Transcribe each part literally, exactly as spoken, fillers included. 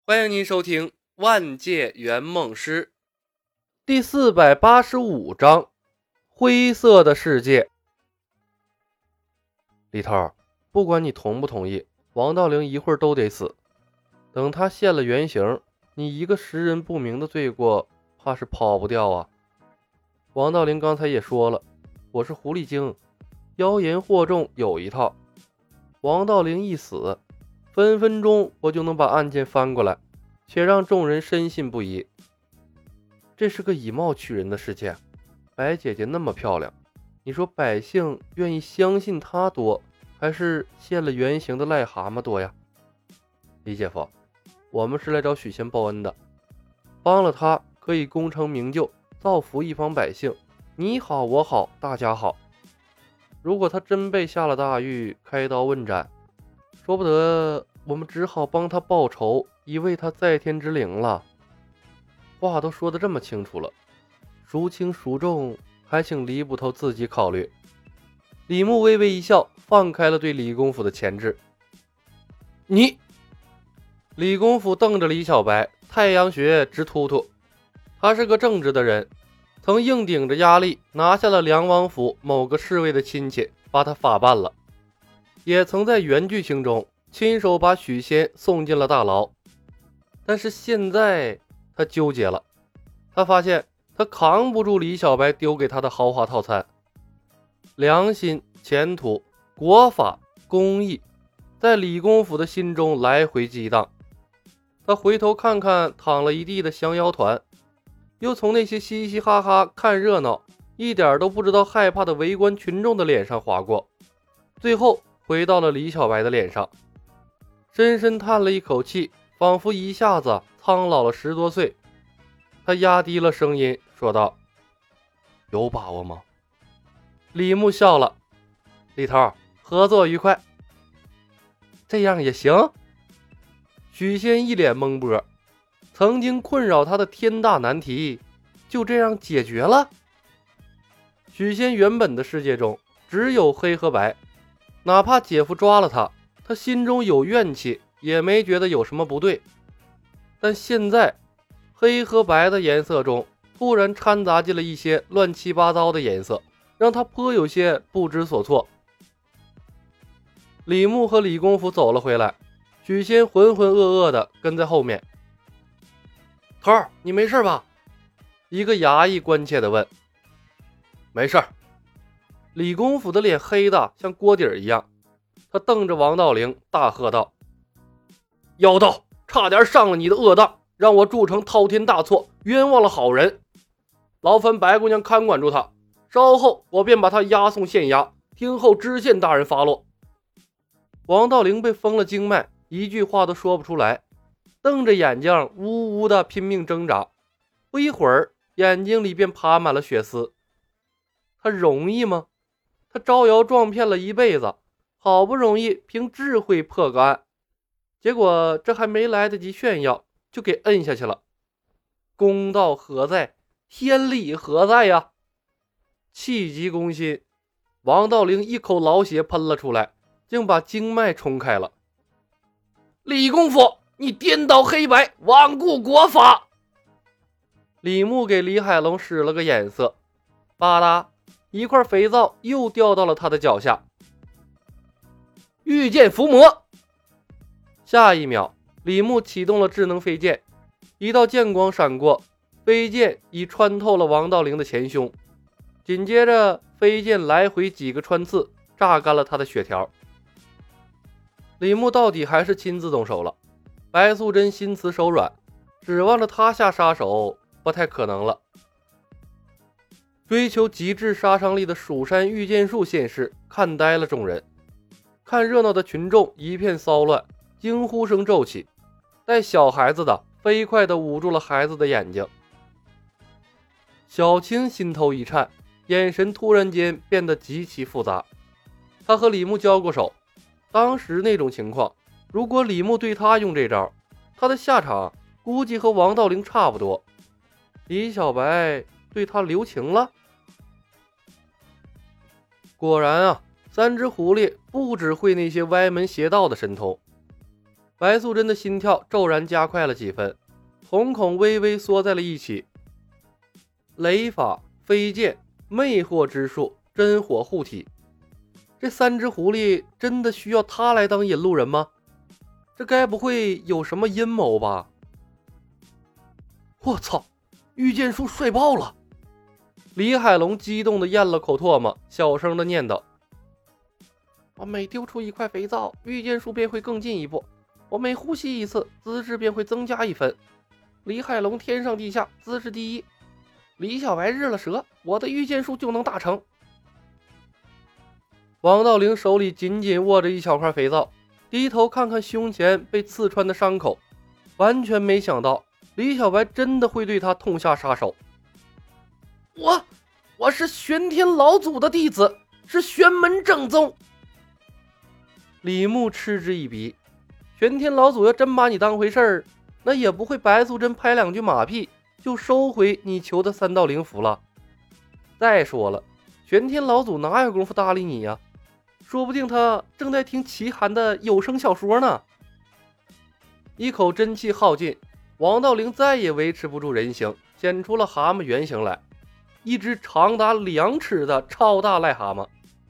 欢迎您收听《万界圆梦师》第四百八十五章：灰色的世界。李头，不管你同不同意，王道灵一会儿都得死。等他现了原形，你一个识人不明的罪过，怕是跑不掉啊。王道灵刚才也说了，我是狐狸精，妖言惑众有一套。王道灵一死，分分钟我就能把案件翻过来，且让众人深信不疑。这是个以貌取人的世界，白姐姐那么漂亮，你说百姓愿意相信她多，还是现了原形的癞蛤蟆多呀？李姐夫，我们是来找许仙报恩的，帮了他可以功成名就，造福一方百姓，你好我好大家好。如果他真被下了大狱，开刀问斩，说不得我们只好帮他报仇，以慰他在天之灵了。话都说得这么清楚了，孰轻孰重，还请李捕头自己考虑。李牧微微一笑，放开了对李公甫的钳制。你！李公甫瞪着李小白，太阳穴直突突。他是个正直的人，曾硬顶着压力拿下了梁王府某个侍卫的亲戚，把他法办了，也曾在原剧情中亲手把许仙送进了大牢。但是现在他纠结了，他发现他扛不住李小白丢给他的豪华套餐。良心、前途、国法、公义，在李公甫的心中来回激荡。他回头看看躺了一地的降妖团，又从那些嘻嘻哈哈看热闹一点都不知道害怕的围观群众的脸上划过，最后回到了李小白的脸上，深深叹了一口气，仿佛一下子苍老了十多岁。他压低了声音说道：有把握吗？李牧笑了：李头，合作愉快。这样也行？许仙一脸懵波，曾经困扰他的天大难题就这样解决了。许仙原本的世界中只有黑和白，哪怕姐夫抓了他，他心中有怨气也没觉得有什么不对。但现在黑和白的颜色中突然掺杂进了一些乱七八糟的颜色，让他颇有些不知所措。李牧和李公甫走了回来，许仙浑浑噩噩的跟在后面。头儿，你没事吧？一个衙役关切地问。没事。李公甫的脸黑的像锅底一样，他瞪着王道灵大喝道：妖道，差点上了你的恶当，让我铸成滔天大错，冤枉了好人。劳烦白姑娘看管住他，稍后我便把他押送县衙，听候知县大人发落。王道灵被封了经脉，一句话都说不出来，瞪着眼睛呜呜的拼命挣扎，不一会儿眼睛里便爬满了血丝。他容易吗？他招摇撞骗了一辈子，好不容易凭智慧破个案，结果这还没来得及炫耀就给摁下去了。公道何在？天理何在呀？气急攻心，王道灵一口老血喷了出来，竟把经脉冲开了。李公甫，你颠倒黑白，罔顾国法！李牧给李海龙使了个眼色，吧嗒，一块肥皂又掉到了他的脚下。御剑伏魔！下一秒，李牧启动了智能飞剑，一道剑光闪过，飞剑已穿透了王道灵的前胸，紧接着飞剑来回几个穿刺，榨干了他的血条。李牧到底还是亲自动手了，白素贞心慈手软，指望着他下杀手不太可能了。追求极致杀伤力的蜀山御剑术现世，看呆了众人。看热闹的群众一片骚乱，惊呼声骤起，带小孩子的飞快地捂住了孩子的眼睛。小青心头一颤，眼神突然间变得极其复杂。他和李牧交过手，当时那种情况，如果李牧对他用这招，他的下场估计和王道灵差不多。李小白对他留情了。果然啊，三只狐狸不只会那些歪门邪道的神通。 白素贞的心跳骤然加快了几分，瞳孔微微缩在了一起。雷法、飞剑、魅惑之术、真火护体，这三只狐狸真的需要他来当引路人吗？这该不会有什么阴谋吧？我操，御剑术帅爆了！李海龙激动地咽了口唾沫，小声地念叨：我每丢出一块肥皂，御剑术便会更进一步，我每呼吸一次，资质便会增加一分。李海龙天上地下，资质第一。李小白日了蛇，我的御剑术就能大成。王道灵手里紧紧握着一小块肥皂，低头看看胸前被刺穿的伤口，完全没想到李小白真的会对他痛下杀手。我我是玄天老祖的弟子，是玄门正宗。李牧嗤之以鼻，玄天老祖要真把你当回事儿，那也不会白素贞拍两句马屁就收回你求的三道灵符了。再说了，玄天老祖哪有功夫搭理你呀？说不定他正在听齐寒的有声小说呢。一口真气耗尽，王道灵再也维持不住人形，显出了蛤蟆原形来，一只长达两尺的超大癞蛤蟆。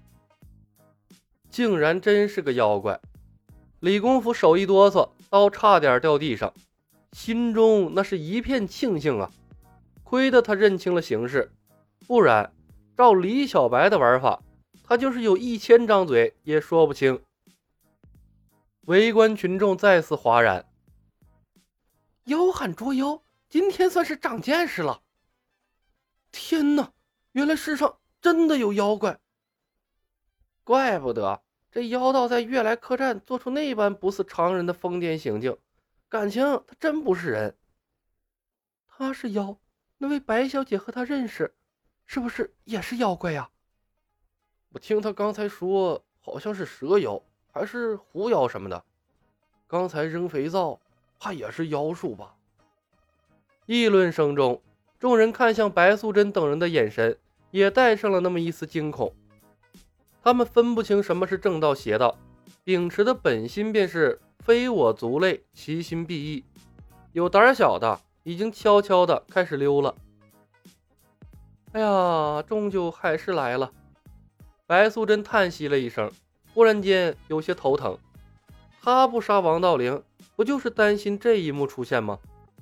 竟然真是个妖怪！李公甫手一哆嗦，刀差点掉地上，心中那是一片庆幸啊！亏得他认清了形势，不然照李小白的玩法，他就是有一千张嘴也说不清。围观群众再次哗然，妖喊捉妖，今天算是长见识了。天哪，原来世上真的有妖怪！怪不得这妖道在悦来客栈做出那般不似常人的疯癫行径，感情他真不是人。他是妖，那位白小姐和他认识，是不是也是妖怪呀？我听他刚才说好像是蛇妖还是狐妖什么的，刚才扔肥皂怕也是妖术吧。议论声中，众人看向白素贞等人的眼神也带上了那么一丝惊恐。他们分不清什么是正道邪道，秉持的本心便是非我族类，其心必异。有胆小的已经悄悄地开始溜了。哎呀，终究还是来了。白素贞叹息了一声，忽然间有些头疼。他不杀王道灵，不就是担心这一幕出现吗？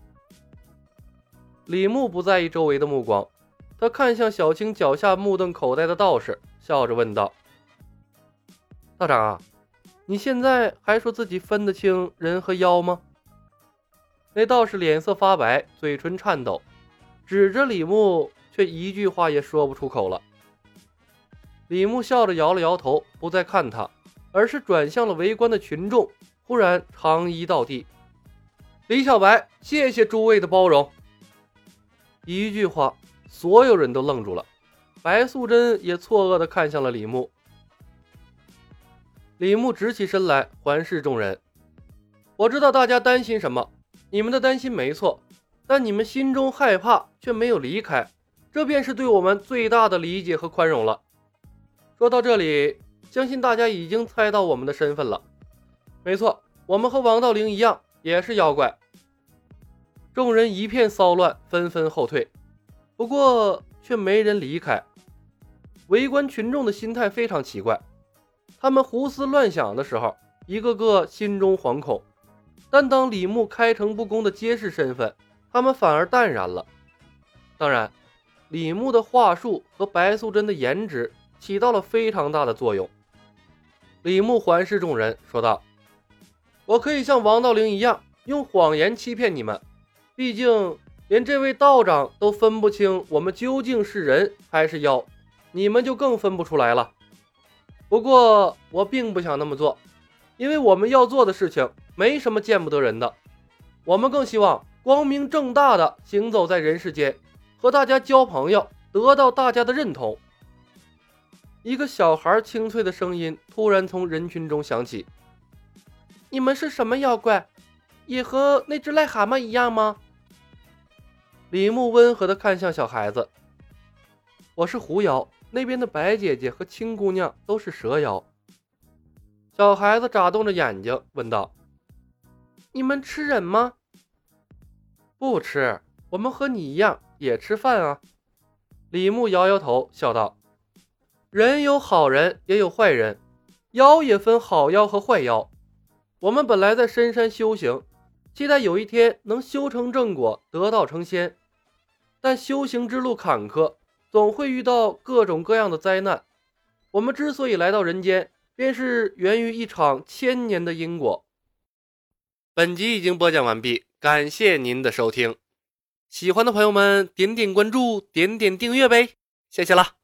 李牧不在意周围的目光，他看向小青脚下目瞪口呆的道士，笑着问道：道长啊，你现在还说自己分得清人和妖吗？那道士脸色发白，嘴唇颤抖，指着李牧，却一句话也说不出口了。李牧笑着摇了摇头，不再看他，而是转向了围观的群众，忽然长揖道地：李小白，谢谢诸位的包容。一句话，所有人都愣住了，白素贞也错愕地看向了李牧。李牧直起身来，环视众人：我知道大家担心什么，你们的担心没错，但你们心中害怕却没有离开，这便是对我们最大的理解和宽容了。说到这里，相信大家已经猜到我们的身份了。没错，我们和王道灵一样，也是妖怪。众人一片骚乱，纷纷后退，不过却没人离开。围观群众的心态非常奇怪，他们胡思乱想的时候，一个个心中惶恐，但当李牧开诚布公的揭示身份，他们反而淡然了。当然，李牧的话术和白素贞的颜值起到了非常大的作用。李牧环视众人说道：我可以像王道灵一样用谎言欺骗你们，毕竟连这位道长都分不清我们究竟是人还是妖，你们就更分不出来了。不过我并不想那么做，因为我们要做的事情没什么见不得人的，我们更希望光明正大的行走在人世间，和大家交朋友，得到大家的认同。一个小孩清脆的声音突然从人群中响起：你们是什么妖怪？也和那只癞蛤蟆一样吗？李牧温和地看向小孩子：我是狐妖，那边的白姐姐和青姑娘都是蛇妖。小孩子眨动着眼睛问道： 你们吃人吗？不吃，我们和你一样也吃饭啊。李牧摇摇头笑道，人有好人也有坏人，妖也分好妖和坏妖。我们本来在深山修行，期待有一天能修成正果，得道成仙。但修行之路坎坷，总会遇到各种各样的灾难。我们之所以来到人间，便是源于一场千年的因果。本集已经播讲完毕，感谢您的收听。喜欢的朋友们点点关注，点点订阅呗，谢谢啦。